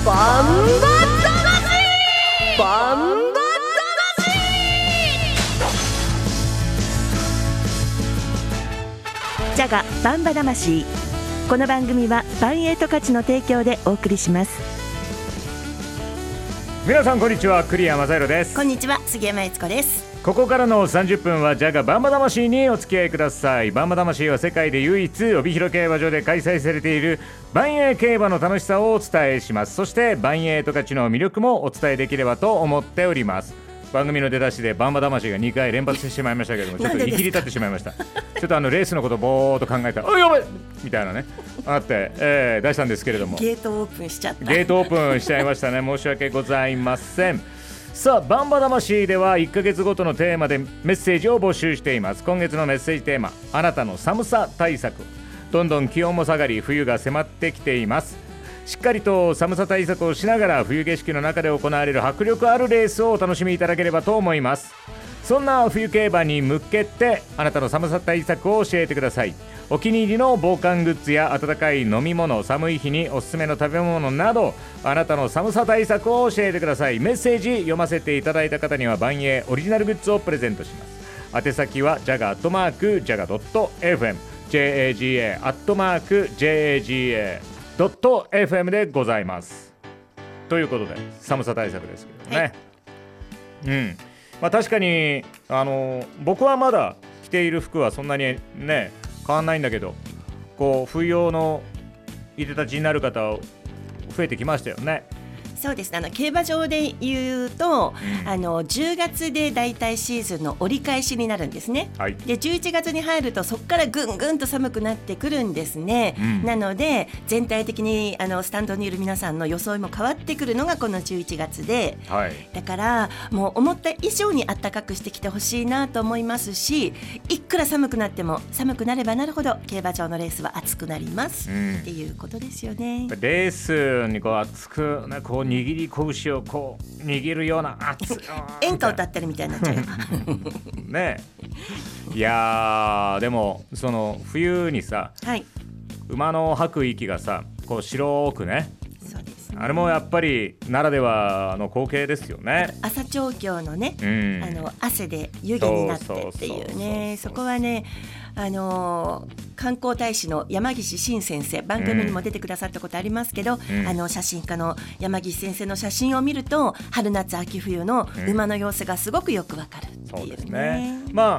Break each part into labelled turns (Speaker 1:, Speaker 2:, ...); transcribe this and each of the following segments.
Speaker 1: バンバ魂バンバ
Speaker 2: ジャガバンバ魂。この番組はバンエイト価値の提供でお送りします。
Speaker 3: 皆さんこんにちは、栗山正宏です。
Speaker 4: こんにちは、杉山悦子です。
Speaker 3: ここからの30分はジャガバンバ魂にお付き合いください。バンバ魂は世界で唯一帯広競馬場で開催されているバンエイ競馬の楽しさをお伝えします。そしてバンエイト勝ちの魅力もお伝えできればと思っております。番組の出だしでバンバ魂が2回連発してしまいましたけども、ちょっと見切り立ってしまいました。ちょっとレースのことぼーっと考えたら、やばいみたいなねあって、出したんですけれども、
Speaker 4: ゲートオープンしちゃった。
Speaker 3: ゲートオープンしちゃいましたね。申し訳ございません。さあ、バンバ魂では1ヶ月ごとのテーマでメッセージを募集しています。今月のメッセージテーマ、あなたの寒さ対策。どんどん気温も下がり冬が迫ってきています。しっかりと寒さ対策をしながら冬景色の中で行われる迫力あるレースをお楽しみいただければと思います。そんな冬競馬に向けてあなたの寒さ対策を教えてください。お気に入りの防寒グッズや温かい飲み物、寒い日におすすめの食べ物など、あなたの寒さ対策を教えてください。メッセージ読ませていただいた方にはバンエイオリジナルグッズをプレゼントします。宛先は jaga@jaga.fm jaga@jaga.fm でございます。ということで寒さ対策ですけどね、確かに僕はまだ着ている服はそんなにね変わんないんだけど、こう冬用のいでたちになる方増えてきましたよね。
Speaker 4: そうですね、競馬場で言うと、10月でだいたいシーズンの折り返しになるんですね、
Speaker 3: はい、
Speaker 4: で11月に入るとそこからぐんぐんと寒くなってくるんですね、なので全体的にスタンドにいる皆さんの装いも変わってくるのがこの11月で、
Speaker 3: はい、
Speaker 4: だからもう思った以上に暖かくしてきてほしいなと思いますし、いくら寒くなっても寒くなればなるほど競馬場のレースは熱くなります、っていうことですよね。
Speaker 3: レースにこう熱く、ね、こう握り拳をこう握るような熱い
Speaker 4: 演歌歌ってるみたいになっちゃう
Speaker 3: ね。いやでもその冬にさ、はい、馬の吐く息がさこう白くね、
Speaker 4: そうですね、
Speaker 3: あれもやっぱりならではの光景ですよね。
Speaker 4: 朝調教のね、汗で湯気になってっていうね、そこはね観光大使の山岸伸先生、番組にも出てくださったことありますけど、写真家の山岸先生の写真を見ると春夏秋冬の馬の様子がすごくよくわかるっていうね。
Speaker 3: そうですね。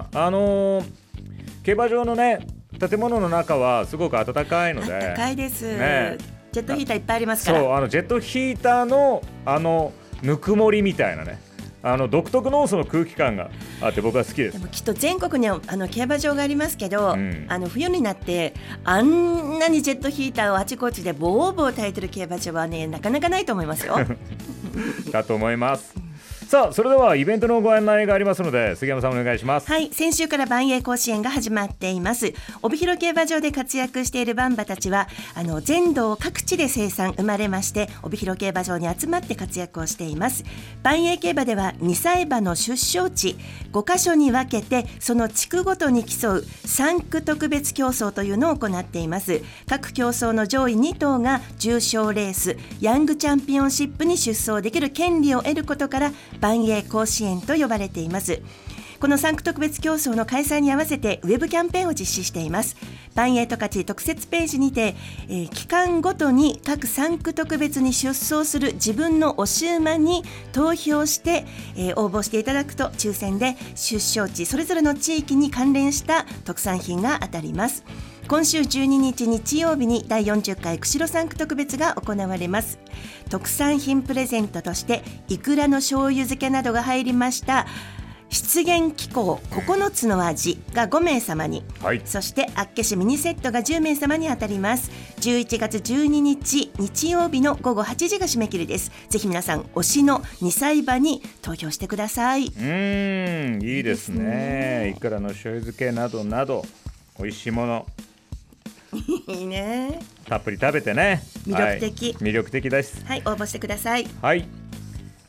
Speaker 3: 競馬場のね建物の中はすごく暖かいので、
Speaker 4: 暖かいです、
Speaker 3: ね、
Speaker 4: ジェットヒーターいっぱいありますから。
Speaker 3: そうジェットヒーターのぬくもりみたいなね、独特のその空気感があって僕は好きです。
Speaker 4: でもきっと全国には競馬場がありますけど、冬になってあんなにジェットヒーターをあちこちでボーボー焚いてる競馬場はねなかなかないと思いますよ
Speaker 3: だと思います。さあ、それではイベントのご案内がありますので杉山さんお願いします。
Speaker 4: はい、先週からバンエイ甲子園が始まっています。帯広競馬場で活躍しているバンバたちは全道各地で生産生まれまして帯広競馬場に集まって活躍をしています。バンエイ競馬では2歳馬の出生地5カ所に分けてその地区ごとに競う3区特別競争というのを行っています。各競争の上位2頭が重賞レースヤングチャンピオンシップに出走できる権利を得ることからバンエイ甲子園と呼ばれています。この3区特別競争の開催に合わせてウェブキャンペーンを実施しています。バンエイト勝ち特設ページにて、期間ごとに各3区特別に出走する自分の推し馬に投票して、応募していただくと抽選で出生地それぞれの地域に関連した特産品が当たります。今週12日日曜日に第40回釧路3区特別が行われます。特産品プレゼントとしてイクラの醤油漬けなどが入りました湿原気候9つの味が5名様に、そしてあっけしミニセットが10名様に当たります。11月12日日曜日の午後8時が締め切りです。ぜひ皆さん推しの2歳馬に投票してください。いい
Speaker 3: ですね。イクラの醤油漬けなどなど美味しいもの
Speaker 4: いいね。
Speaker 3: たっぷり食べてね。
Speaker 4: 魅力的、
Speaker 3: 魅力的です。
Speaker 4: はい、応募してください。
Speaker 3: はい。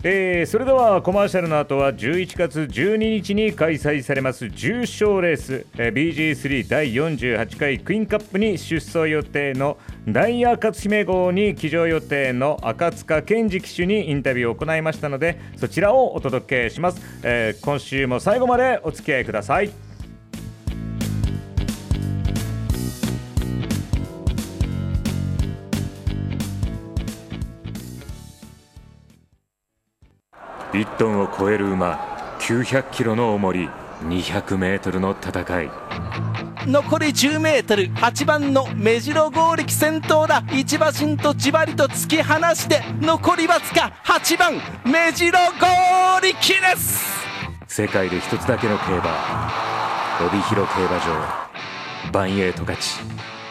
Speaker 3: それではコマーシャルの後は11月12日に開催されます重賞レース、BG3 第48回クイーンカップに出走予定のダイヤ勝姫号に騎乗予定の赤塚健二騎手にインタビューを行いましたので、そちらをお届けします。今週も最後までお付き合いください。1トンを超える馬、900キロの重り、200メートルの戦い。
Speaker 5: 残り10メートル、8番の目白剛力先頭だ。一馬身とじわりと突き放して残りわずか。8番目白剛力です。
Speaker 3: 世界で一つだけの競馬、帯広競馬場、バンエイト勝ち。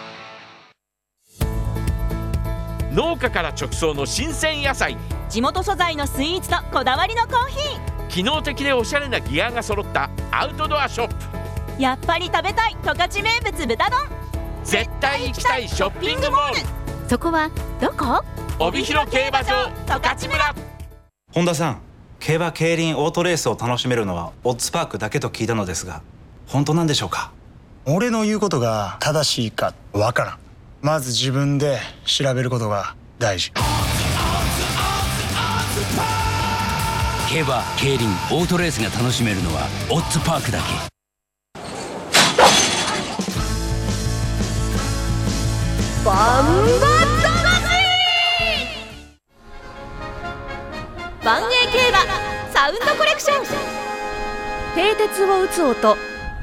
Speaker 6: 農家から直送の新鮮野菜、
Speaker 1: 地元素材のスイーツとこだわりのコーヒー、
Speaker 6: 機能的でおしゃれなギアが揃ったアウトドアショップ。
Speaker 1: やっぱり食べたい十勝名物豚丼。
Speaker 6: 絶対行きたいショッピングモール、
Speaker 1: そこはどこ？
Speaker 6: 帯広競馬場十勝村。
Speaker 7: 本田さん、競馬競輪オートレースを楽しめるのはオッズパークだけと聞いたのですが、本当なんでしょうか？
Speaker 8: 俺の言うことが正しいかわからん。まず自分で調べることが大事。
Speaker 9: 競馬競輪オートレースが楽しめるのはオッズパークだけ。
Speaker 1: バンバ魂、万栄競馬サウンドコレクション。
Speaker 2: 蹄鉄を打つ音、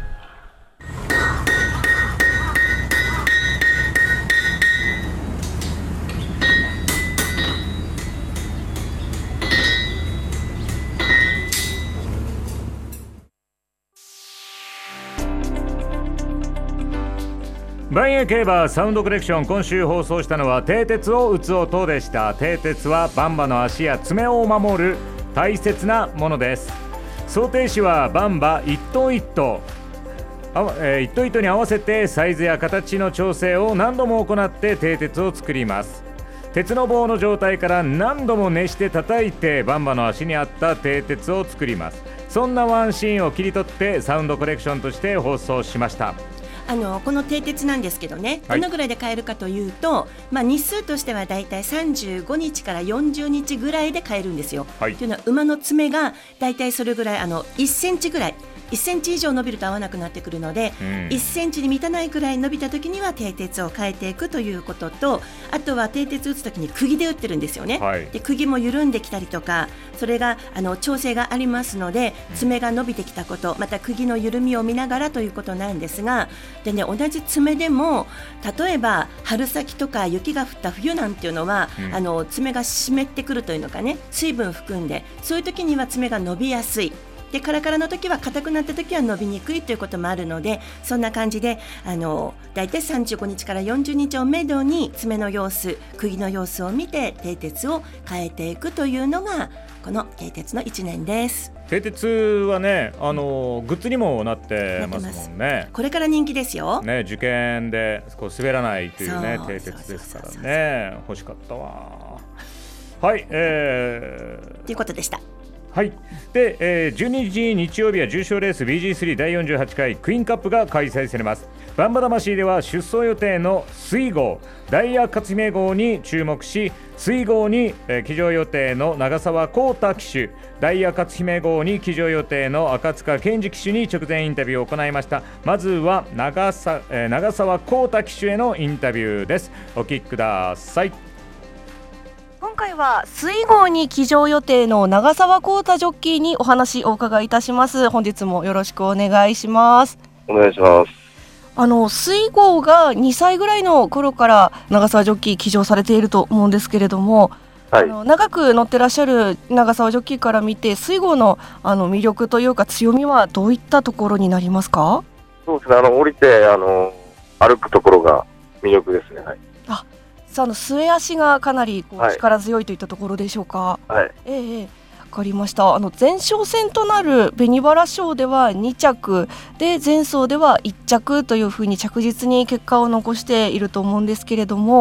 Speaker 3: バンエイ競馬サウンドコレクション、今週放送したのは蹄鉄を打つ音でした。蹄鉄は馬場の足や爪を守る大切なものです。装蹄師は馬場一頭一頭一頭一頭に合わせてサイズや形の調整を何度も行って蹄鉄を作ります。鉄の棒の状態から何度も熱して叩いて馬場の足に合った蹄鉄を作ります。そんなワンシーンを切り取ってサウンドコレクションとして放送しました。
Speaker 4: この蹄鉄なんですけどね、どのぐらいで買えるかというと、日数としてはだいたい35日から40日ぐらいで買えるんですよ。というのは馬の爪がだいたいそれぐらい1センチぐらい、1センチ以上伸びると合わなくなってくるので、1センチに満たないくらい伸びた時には蹄鉄を変えていくということと、あとは蹄鉄打つ時に釘で打ってるんですよね。で釘も緩んできたりとか、それが調整がありますので、爪が伸びてきたこと、また釘の緩みを見ながらということなんですが、でね、同じ爪でも例えば春先とか雪が降った冬なんていうのは、爪が湿ってくるというのかね、水分含んで、そういう時には爪が伸びやすい。でカラカラの時は、硬くなった時は伸びにくいということもあるので、そんな感じでだいたい35日から40日をめどに爪の様子、釘の様子を見て蹄鉄を変えていくというのがこの蹄鉄の1年です。
Speaker 3: 蹄鉄はね、グッズにもなってますもんね。
Speaker 4: これから人気ですよ、
Speaker 3: ね、受験でこう滑らないというね、蹄鉄ですからね、欲しかったわ。はい、と
Speaker 4: いうことでした。
Speaker 3: はい。で、12日日曜日は重賞レース BG3 第48回クイーンカップが開催されます。バンバ魂では出走予定の水号ダイヤ勝姫号に注目し、水号に、騎乗予定の長澤浩太騎手、ダイヤ勝姫号に騎乗予定の赤塚健二騎手に直前インタビューを行いました。まずは長澤浩太騎手へのインタビューです。お聞きください。
Speaker 10: 今回は水号に騎乗予定の長澤浩太ジョッキーにお話をお伺いいたします。本日もよろしくお願いします。
Speaker 11: お願いします。
Speaker 10: 水号が2歳ぐらいの頃から長澤ジョッキー騎乗されていると思うんですけれども、長く乗ってらっしゃる長澤ジョッキーから見て、水号の魅力というか強みはどういったところになりますか？
Speaker 11: そうですね、降りて歩くところが魅力ですね。
Speaker 10: 末足がかなり力強いといったところでしょうか？わかりました。前哨戦となる紅原賞では2着で、前走では1着というふうに着実に結果を残していると思うんですけれども、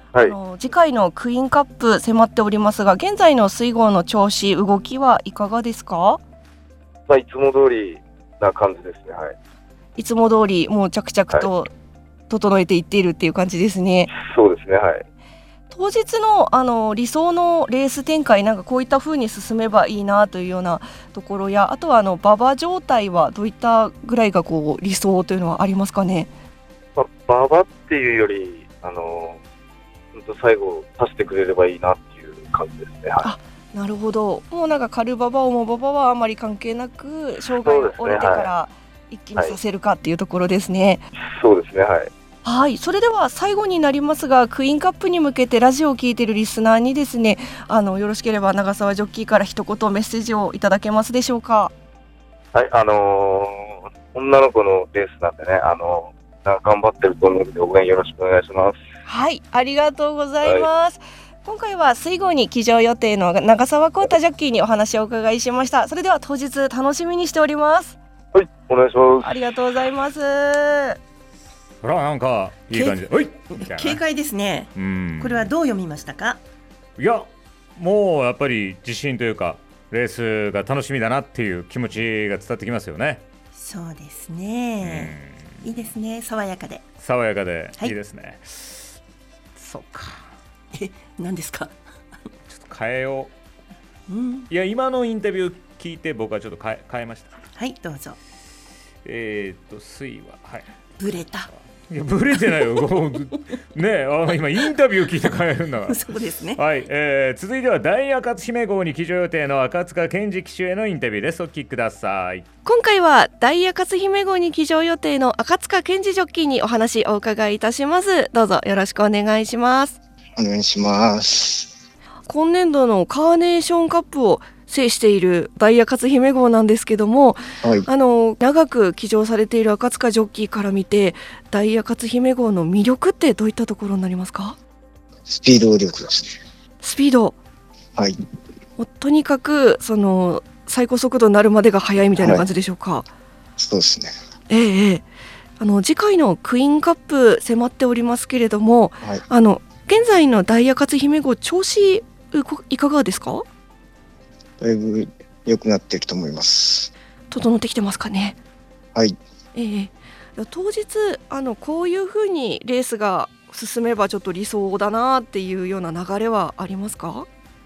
Speaker 11: はい、
Speaker 10: 次回のクイーンカップ迫っておりますが、現在の水郷の調子、動きはいかがですか？
Speaker 11: いつも通りな感じですね。はい、
Speaker 10: いつも通りもう着々と整えていっているっていう感じですね。
Speaker 11: そうですね。はい。
Speaker 10: 当日の、理想のレース展開、なんかこういった風に進めばいいなというようなところや、あとは馬場状態はどういったぐらいがこう理想というのはありますかね？
Speaker 11: 馬場っていうより最後足してくれればいいなっていう感じですね。はい、
Speaker 10: なるほど。もうなんかカル馬場、重馬場はあまり関係なく、障害を降りてから一気にさせるかっていうところですね。
Speaker 11: そうですね。はい。
Speaker 10: はい、それでは最後になりますが、クイーンカップに向けてラジオを聞いているリスナーにですね、よろしければ長澤ジョッキーから一言メッセージをいただけますでしょうか？
Speaker 11: はい、女の子のレースなんでね、頑張ってると思うので応援よろしくお願いします。
Speaker 10: はい、ありがとうございます。今回は水郷に騎乗予定の長澤浩太ジョッキーにお話をお伺いしました。それでは当日楽しみにしております。
Speaker 11: はい、お願いします。
Speaker 10: ありがとうございます。
Speaker 3: ほら、なんかいい感じで、
Speaker 4: 軽快ですね。これはどう読みましたか？
Speaker 3: いや、もうやっぱり自信というか、レースが楽しみだなっていう気持ちが伝わってきますよね。
Speaker 4: そうですね。いいですね。爽やかでいいですね。
Speaker 3: そうか。
Speaker 4: 何ですか？
Speaker 3: ちょっと変えよう。いや、今のインタビュー聞いて僕はちょっと変えました。
Speaker 4: はい、どうぞ。
Speaker 3: 水は、はい、
Speaker 4: ブレた。
Speaker 3: いや、ブレてないよね。今インタビュー聞いて変えるんだから
Speaker 4: そうですね。
Speaker 3: はい、続いては大赤津姫号に騎乗予定の赤塚健二騎手へのインタビューです。お聞きください。
Speaker 10: 今回は大赤津姫号に騎乗予定の赤塚健二ジョッキーにお話をお伺いいたします。どうぞよろしくお願いします。
Speaker 12: お願いします。
Speaker 10: 今年度のカーネーションカップを制している大赤津姫号なんですけども、
Speaker 12: はい、
Speaker 10: 長く騎乗されている赤塚ジョッキーから見て、大赤津姫号の魅力ってどういったところになりますか？
Speaker 12: スピード力ですね。
Speaker 10: スピード。
Speaker 12: はい。
Speaker 10: もうとにかく最高速度になるまでが速いみたいな感じでしょうか？
Speaker 12: はい、そうですね。
Speaker 10: 次回のクイーンカップ迫っておりますけれども、
Speaker 12: はい、
Speaker 10: 現在の大赤津姫号調子いかがですか？
Speaker 12: だいぶ良くなっていると思います。
Speaker 10: 整ってきてますかね？
Speaker 12: はい。
Speaker 10: 当日こういう風にレースが進めばちょっと理想だなっていうような流れはありますか？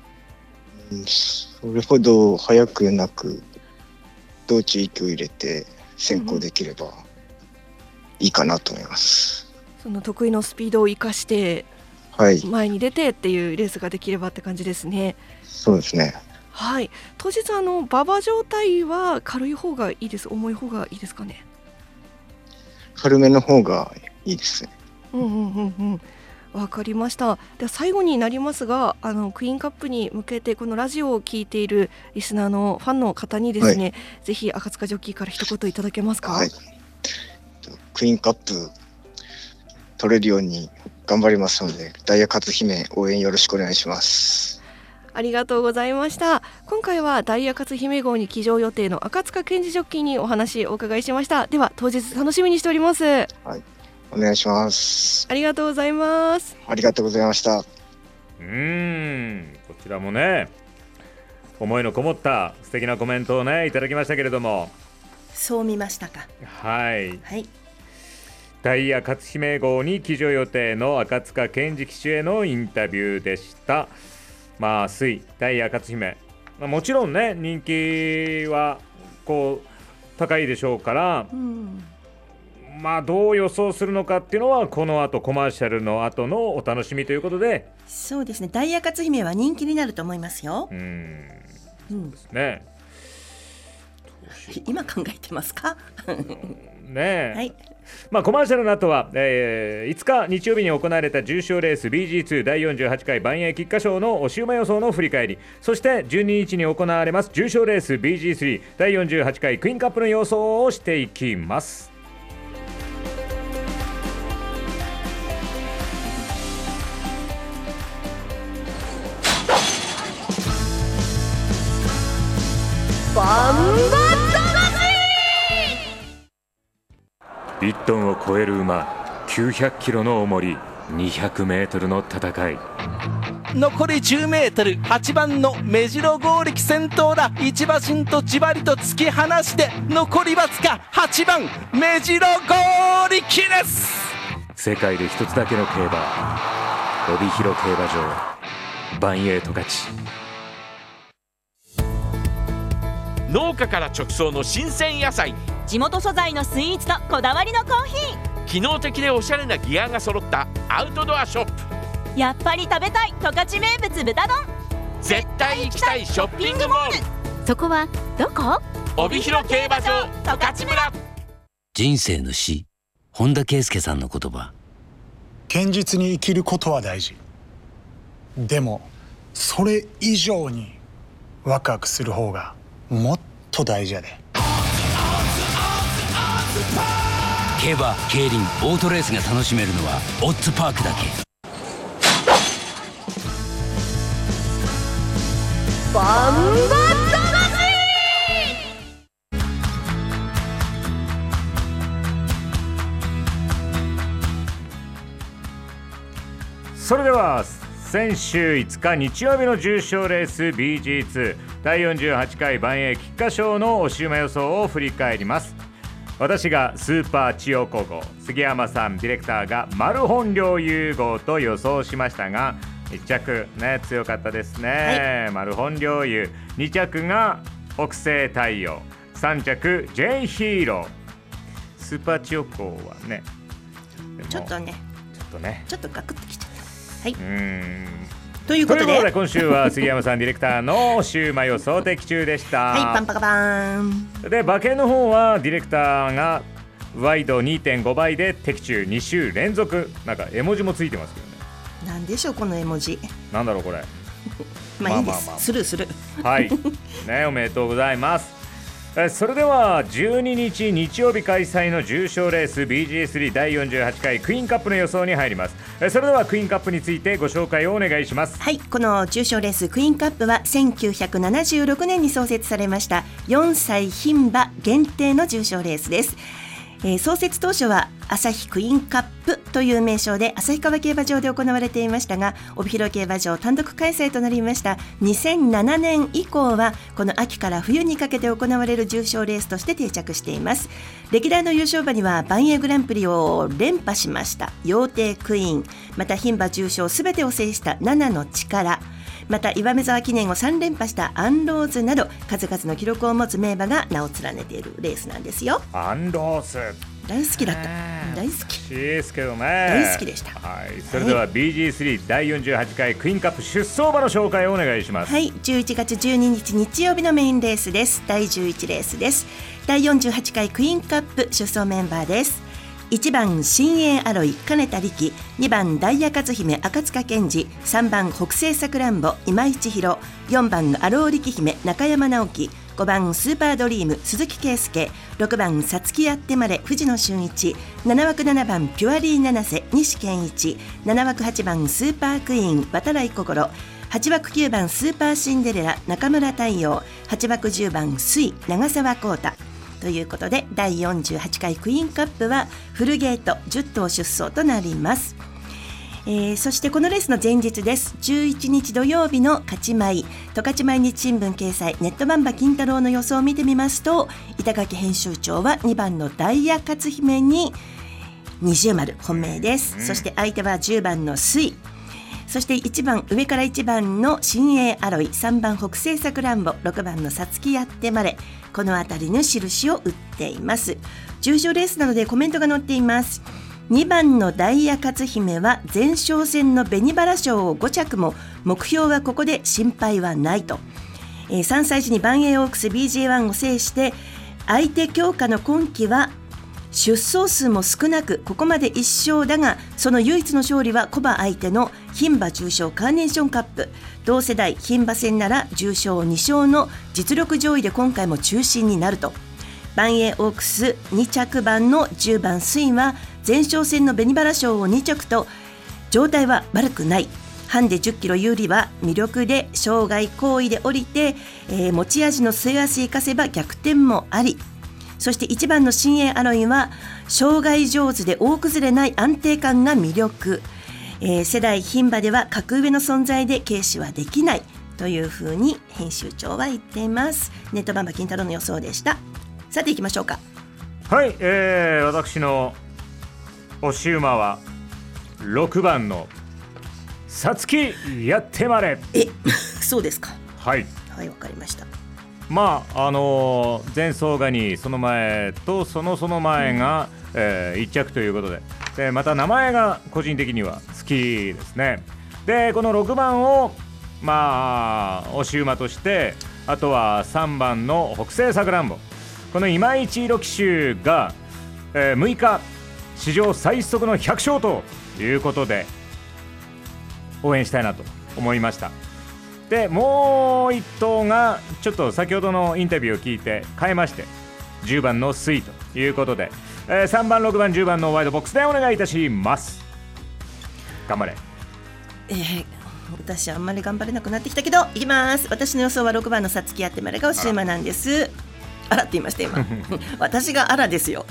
Speaker 12: それほど速くなく、道中息を入れて先行できればいいかなと思います。
Speaker 10: その得意のスピードを生かして前に出てっていうレースができればって感じですね。
Speaker 12: そうですね。
Speaker 10: はい、当日馬場状態は軽い方がいいです、重い方がいいですかね？
Speaker 12: 軽めの方がいいですね。
Speaker 10: わかりました。では最後になりますが、クイーンカップに向けてこのラジオを聞いているリスナーのファンの方にですね、ぜひ赤塚ジョッキーから一言いただけますか？
Speaker 12: はい、クイーンカップ取れるように頑張りますので、大赤津姫応援よろしくお願いします。
Speaker 10: ありがとうございました。今回は大赤津姫号に騎乗予定の赤塚健二ジョッキーにお話をお伺いしました。では当日楽しみにしております。
Speaker 12: はい、お願いします。
Speaker 10: ありがとうございます。
Speaker 12: ありがとうございました。
Speaker 3: こちらもね、思いのこもった素敵なコメントをねいただきましたけれども、
Speaker 4: そう見ましたか？
Speaker 3: はい、
Speaker 4: はい、
Speaker 3: 大赤津姫号に騎乗予定の赤塚健二騎手へのインタビューでした。大赤津姫、もちろんね人気は高いでしょうから、どう予想するのかっていうのはこの後コマーシャルの後のお楽しみということで。
Speaker 4: そうですね、大赤津姫は人気になると思いますよ。
Speaker 3: そうですね。
Speaker 4: 今考えてますか？
Speaker 3: ねえ、
Speaker 4: はい。
Speaker 3: コマーシャルの後は、5日日曜日に行われた重賞レース BG2 第48回万栄菊花賞の押し馬予想の振り返り、そして12日に行われます重賞レース BG3 第48回クイーンカップの予想をしていきます。
Speaker 1: バンバ
Speaker 3: 1トンを超える馬、900キロの重り、 200メートルの戦い。
Speaker 5: 残り10メートル、8番の目白剛力先頭だ。一馬身とじわりと突き放して残りわずか。8番目白剛力です。
Speaker 3: 世界で一つだけの競馬、帯広競馬場、バンエイト勝ち。
Speaker 6: 農家から直送の新鮮野菜、
Speaker 1: 地元素材のスイーツとこだわりのコーヒー、
Speaker 6: 機能的でおしゃれなギアが揃ったアウトドアショップ。
Speaker 1: やっぱり食べたい十勝名物豚丼。
Speaker 6: 絶対行きたいショッピングモール。
Speaker 1: そこはどこ？
Speaker 6: 帯広競馬場十勝村。
Speaker 9: 人生の詩、本田圭佑さんの言葉。
Speaker 8: 堅実に生きることは大事。でもそれ以上にワクワクする方がもっと大事やで。
Speaker 9: 競馬、競輪、オートレースが楽しめるのはオッズパークだけ。
Speaker 1: バンバ
Speaker 3: それでは先週5日日曜日の重賞レース BG2 第48回万栄菊花賞の押し馬予想を振り返ります。私がスーパー千代子号、杉山さんディレクターがマル本領融合と予想しましたが、1着ね強かったですね、はい、マル本領融。2着が北西太陽、3着 J ヒーロー。スーパー千代子はね
Speaker 4: ちょっとガクッときちゃった。はい。ということで
Speaker 3: 今週は杉山さんディレクターの週馬予想的中でした。
Speaker 4: はい、パンパカパーン。
Speaker 3: で馬券の方はディレクターがワイド 2.5 倍で的中2週連続。なんか絵文字もついてますけどね。
Speaker 4: なんでしょうこの絵文字。
Speaker 3: なんだろうこれ。
Speaker 4: まあいいです、スルーする。
Speaker 3: はいね、おめでとうございます。それでは12日日曜日開催の重賞レース BG3 第48回クイーンカップの予想に入ります。それではクイーンカップについてご紹介をお願いします。
Speaker 4: はい、この重賞レースクイーンカップは1976年に創設されました4歳牝馬限定の重賞レースです。創設当初は旭クイーンカップという名称で旭川競馬場で行われていましたが、帯広競馬場単独開催となりました2007年以降はこの秋から冬にかけて行われる重賞レースとして定着しています。歴代の優勝馬には万栄グランプリを連覇しました陽帝クイーン、また牝馬重賞すべてを制した7の力、また岩見沢記念を3連覇したアンローズなど数々の記録を持つ名馬が名を連ねているレースなんですよ。
Speaker 3: アンローズ
Speaker 4: 大好きだった。大好き
Speaker 3: ですけどね。
Speaker 4: 大好きでした。
Speaker 3: はい、それでは BG3 第48回クイーンカップ出走馬の紹介をお願いします。
Speaker 4: はい、11月12日日曜日のメインレースです。第11レースです。第48回クイーンカップ出走メンバーです。1番新鋭アロイ金田力、2番ダイヤ勝姫赤塚健二、3番北西さくらんぼ今井千尋、4番アロー力姫中山直樹、5番スーパードリーム鈴木圭介、6番さつきやってまれ藤野俊一、7枠7番ピュアリー七瀬西健一、7枠8番スーパークイーン渡来心、8枠9番スーパーシンデレラ中村太陽、8枠10番水長澤浩太ということで、第48回クイーンカップはフルゲート10頭出走となります。そしてこのレースの前日です。11日土曜日の勝ち米十勝毎日新聞掲載ネットバンバ金太郎の予想を見てみますと、板垣編集長は2番のダイヤ勝姫に二重丸本命です。そして相手は10番の水、そして1番上から1番の新鋭アロイ、3番北西さくらんぼ、6番のさつきやってまれ、このあたりの印を打っています。重賞レースなのでコメントが載っています。2番のダイヤ勝姫は前哨戦の紅原賞を5着も、目標はここで心配はないと、3歳児に万栄オークス BG1 を制して相手強化の今季は出走数も少なくここまで1勝だが、その唯一の勝利はコバ相手の牝馬重賞カーネーションカップ、同世代牝馬戦なら重賞2勝の実力上位で今回も中心になると。万栄オークス2着番の10番スインは前哨戦の紅原賞を2着と状態は悪くない。ハンデ10キロ有利は魅力で障害行為で降りて、持ち味の末脚生かせば逆転もあり、そして1番の新鋭アロインは障害上手で大崩れない安定感が魅力、 世代牝馬では格上の存在で軽視はできないというふうに編集長は言っています。ネットバンバ金太郎の予想でした。さて行きましょうか。
Speaker 3: はい、私の推し馬は6番のさつきやってまれ。
Speaker 4: そうですか。
Speaker 3: はい
Speaker 4: はい、わかりました。
Speaker 3: まあ前走が2、その前とその前が、1着ということで、また名前が個人的には好きですね。でこの6番を推し馬として、あとは3番の北西さくらんぼ、この今市色騎手が、6日史上最速の100勝ということで応援したいなと思いました。でもう1頭がちょっと先ほどのインタビューを聞いて変えまして、10番のスイということで、3番6番10番のワイドボックスでお願いいたします。頑張れ。
Speaker 4: 私あんまり頑張れなくなってきたけどいきます。私の予想は6番のさつきやってまれが推し馬なんです。あらって言いました今私があらですよ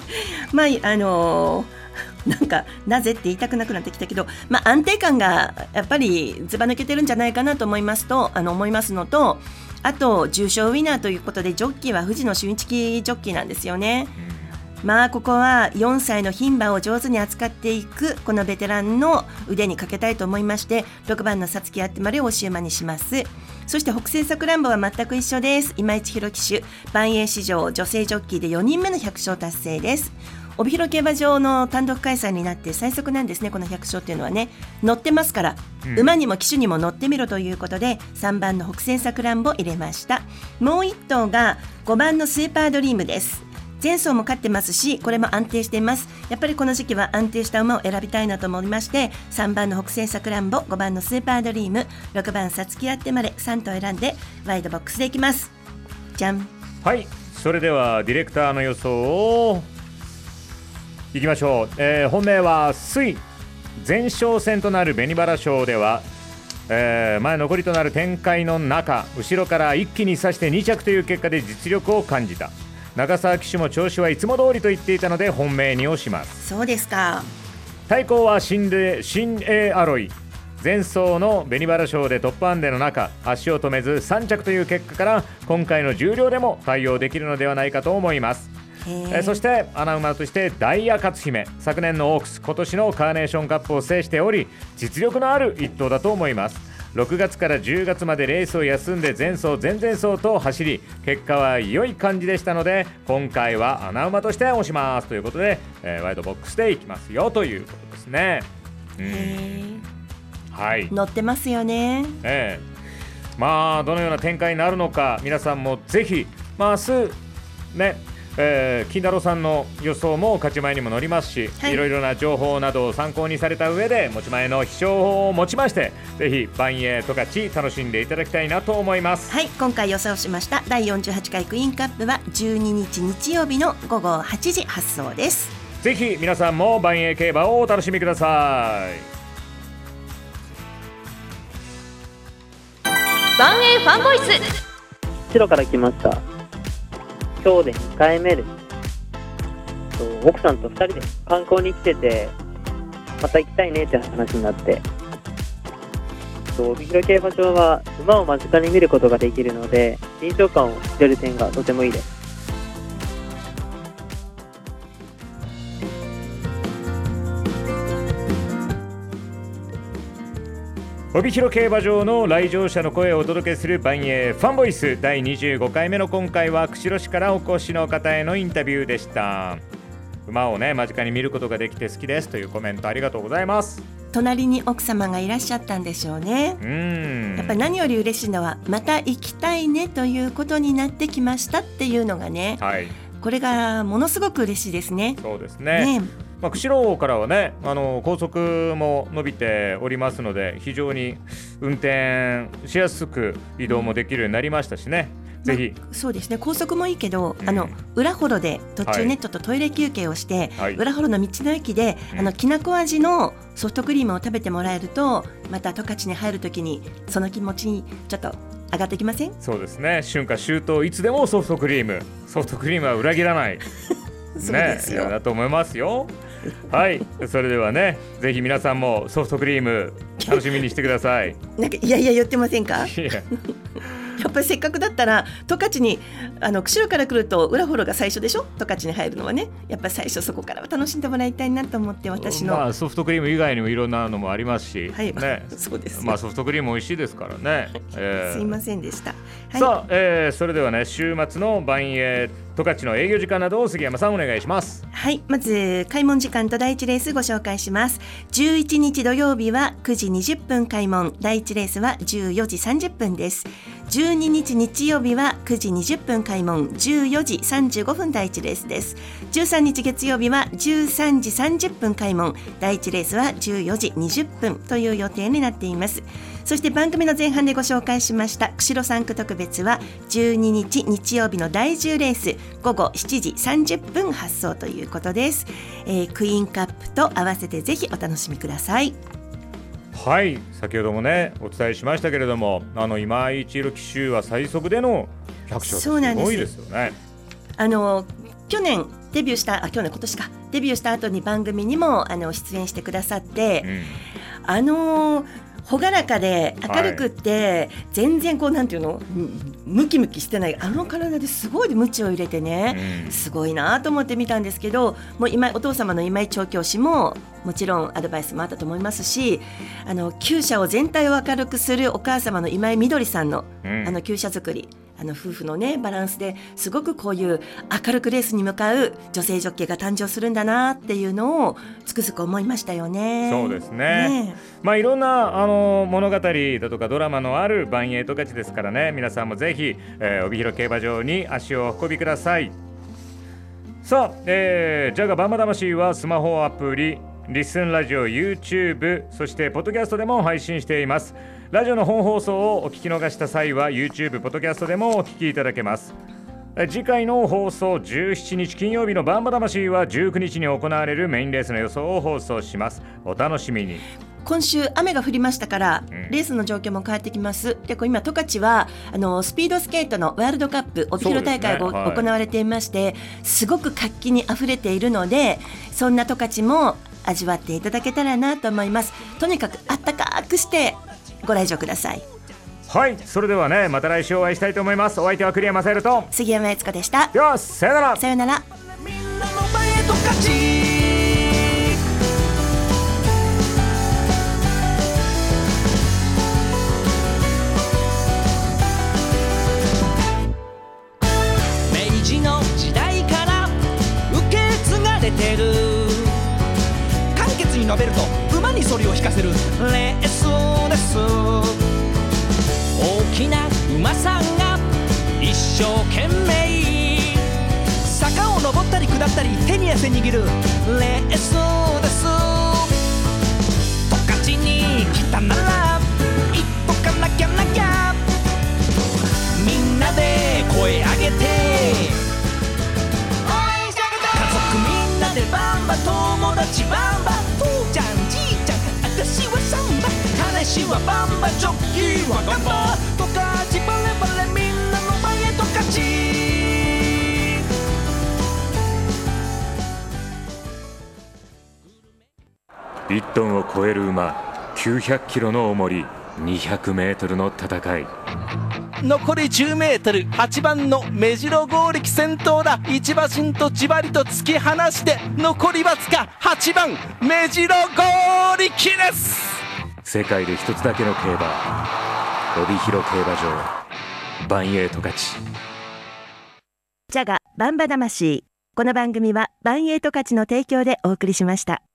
Speaker 4: なんかなぜって言いたくなくなってきたけど、安定感がやっぱりずば抜けてるんじゃないかなと思いますのと、あと重賞ウィナーということでジョッキーは藤野俊一ジョッキーなんですよね。ここは4歳の牝馬を上手に扱っていくこのベテランの腕にかけたいと思いまして、6番のさつきやってまれを推し馬にします。そして北西さくらんぼは全く一緒です。今市弘騎手、万栄史上女性ジョッキーで4人目の100勝達成です。帯広競馬場の単独開催になって最速なんですね。この100勝っていうのはね、乗ってますから、馬にも騎手にも乗ってみろということで3番の北西さくらんぼ入れました。もう1頭が5番のスーパードリームです。前走も勝ってますし、これも安定しています。やっぱりこの時期は安定した馬を選びたいなと思いまして、3番の北西さくらんぼ、5番のスーパードリーム、6番さつきやってまれ、3頭選んでワイドボックスでいきます。じゃん。
Speaker 3: はい、それではディレクターの予想をいきましょう。本命は水前哨戦となる紅原賞では、前残りとなる展開の中、後ろから一気に差して2着という結果で実力を感じた。長澤騎手も調子はいつも通りと言っていたので本命にをします。
Speaker 4: そうですか。
Speaker 3: 対抗は新鋭アロイ、前走の紅原賞でトップアンデの中足を止めず3着という結果から今回の重量でも対応できるのではないかと思います。そして穴馬としてダイヤ勝姫、昨年のオークス、今年のカーネーションカップを制しており実力のある一頭だと思います。6月から10月までレースを休んで前走前々走と走り、結果は良い感じでしたので今回は穴馬として押しますということで、ワイドボックスでいきますよということですね。はい、
Speaker 4: 乗ってますよね。
Speaker 3: どのような展開になるのか皆さんもぜひ、明日ね、金太郎さんの予想も勝ち前にも載りますし、いろいろな情報などを参考にされた上で持ち前の飛翔法を持ちまして、ぜひ万栄十勝楽しんでいただきたいなと思います。
Speaker 4: はい、今回予想しました第48回クイーンカップは12日日曜日の午後8時発送です。
Speaker 3: ぜひ皆さんも万栄競馬をお楽しみください。
Speaker 1: 万栄ファンボイス、
Speaker 13: 後ろから来ました。今日で2回目です。奥さんと2人で観光に来てて、また行きたいねって話になって、帯広競馬場は馬を間近に見ることができるので臨場感を得る点がとてもいいです。
Speaker 3: 帯広競馬場の来場者の声をお届けする万栄ファンボイス第25回目の今回は釧路市からお越しの方へのインタビューでした。馬をね間近に見ることができて好きですというコメントありがとうございます。
Speaker 4: 隣に奥様がいらっしゃったんでしょうね。やっぱり何より嬉しいのはまた行きたいねということになってきましたっていうのがね、これがものすごく嬉しいですね。
Speaker 3: そうですね。釧路からはね高速も伸びておりますので非常に運転しやすく移動もできるようになりましたしね、ぜひ。
Speaker 4: そうですね、高速もいいけど、裏幌で途中ね、ちょっとトイレ休憩をして、裏幌の道の駅できなこ味のソフトクリームを食べてもらえると、また十勝に入るときにその気持ちにちょっと上がってきません？
Speaker 3: そうですね、春夏秋冬いつでもソフトクリームは裏切らない
Speaker 4: そうですよ、
Speaker 3: だと思いますよ。 はい、それではね、ぜひ皆さんもソフトクリーム楽しみにしてください。
Speaker 4: なんかいやいや言ってませんか？
Speaker 3: いや
Speaker 4: やっぱりせっかくだったら十勝に釧路から来ると浦幌が最初でしょ、十勝に入るのはね。やっぱり最初そこからは楽しんでもらいたいなと思って、私の、
Speaker 3: まあ、ソフトクリーム以外にもいろんなのもありますし、
Speaker 4: はい、
Speaker 3: ね、
Speaker 4: そうです、
Speaker 3: まあ、ソフトクリーム美味しいですからね。
Speaker 4: すいませんでした。はい、
Speaker 3: さあ、それではね、週末の万栄十勝の営業時間などを杉山さんお願いします。
Speaker 4: はい、まず開門時間と第1レースご紹介します。11日土曜日は9時20分開門、第1レースは14時30分です。12日日曜日は9時20分開門、14時35分第1レースです。13日月曜日は13時30分開門、第1レースは14時20分という予定になっています。そして番組の前半でご紹介しました釧路3区特別は12日日曜日の第10レース午後7時30分発送ということです。クイーンカップと合わせてぜひお楽しみください。
Speaker 3: はい、先ほどもねお伝えしましたけれども、今井一郎騎手は最速での100勝、すごいですよね。
Speaker 4: 去年デビューした今年かデビューした後に番組にも出演してくださって、朗らかで明るくって、全然こうなんていうの、ムキムキしてない体ですごい�鞭�を入れてね、すごいなと思って見たんですけど、もうお父様の今井調教師ももちろんアドバイスもあったと思いますし、厩舎を全体を明るくするお母様の今井みどりさんの、厩舎作り、夫婦のねバランスですごくこういう明るくレースに向かう女性ジョッキーが誕生するんだなっていうのをつくづく思いましたよね。
Speaker 3: そうですね。まあいろんな物語だとかドラマのある万栄十勝ですからね、皆さんもぜひ、帯広競馬場に足をお運びください。さあ、ジャガバンバ魂はスマホアプリ、リッスンラジオ、 YouTube、 そしてポッドキャストでも配信しています。ラジオの本放送をお聞き逃した際は YouTube、 ポッドキャストでもお聞きいただけます。次回の放送17日金曜日のバンバ魂は19日に行われるメインレースの予想を放送します。お楽しみに。
Speaker 4: 今週雨が降りましたから、レースの状況も変わってきます。で今十勝はスピードスケートのワールドカップ帯広大会が、行われていまして、すごく活気にあふれているので、そんな十勝も味わっていただけたらなと思います。とにかくあったかくしてご来場ください。
Speaker 3: はい、それではね、また来週お会いしたいと思います。お相手は栗山雅宏と
Speaker 4: 杉山悦子でした。
Speaker 3: よし、さよなら。
Speaker 4: さよなら。
Speaker 5: 明治の時代から受け継がれてる、簡潔に述べると馬にそりを引かせるレースです。大きな馬さんが一生懸命坂を登ったり下ったり手に汗握るレースです。十勝に来たなら一歩かなきゃなきゃ、みんなで声上げて家族みんなでバンバ、友達バンバ、父ちゃんじいちゃん私はサンバ、話はバンバ、ジョッキーはガンバ、十勝バレバレみんなの前へ十勝。
Speaker 3: 1トンを超える馬、900キロの重り、200メートルの戦い。
Speaker 5: 残り10メートル、8番の目白剛力先頭だ。一馬身とじわりと突き放して残りわずか、8番目白剛力です。
Speaker 3: 世界で一つだけの競馬、帯広競馬場、万栄十勝。
Speaker 2: ジャガバンバ魂。この番組は万栄十勝の提供でお送りしました。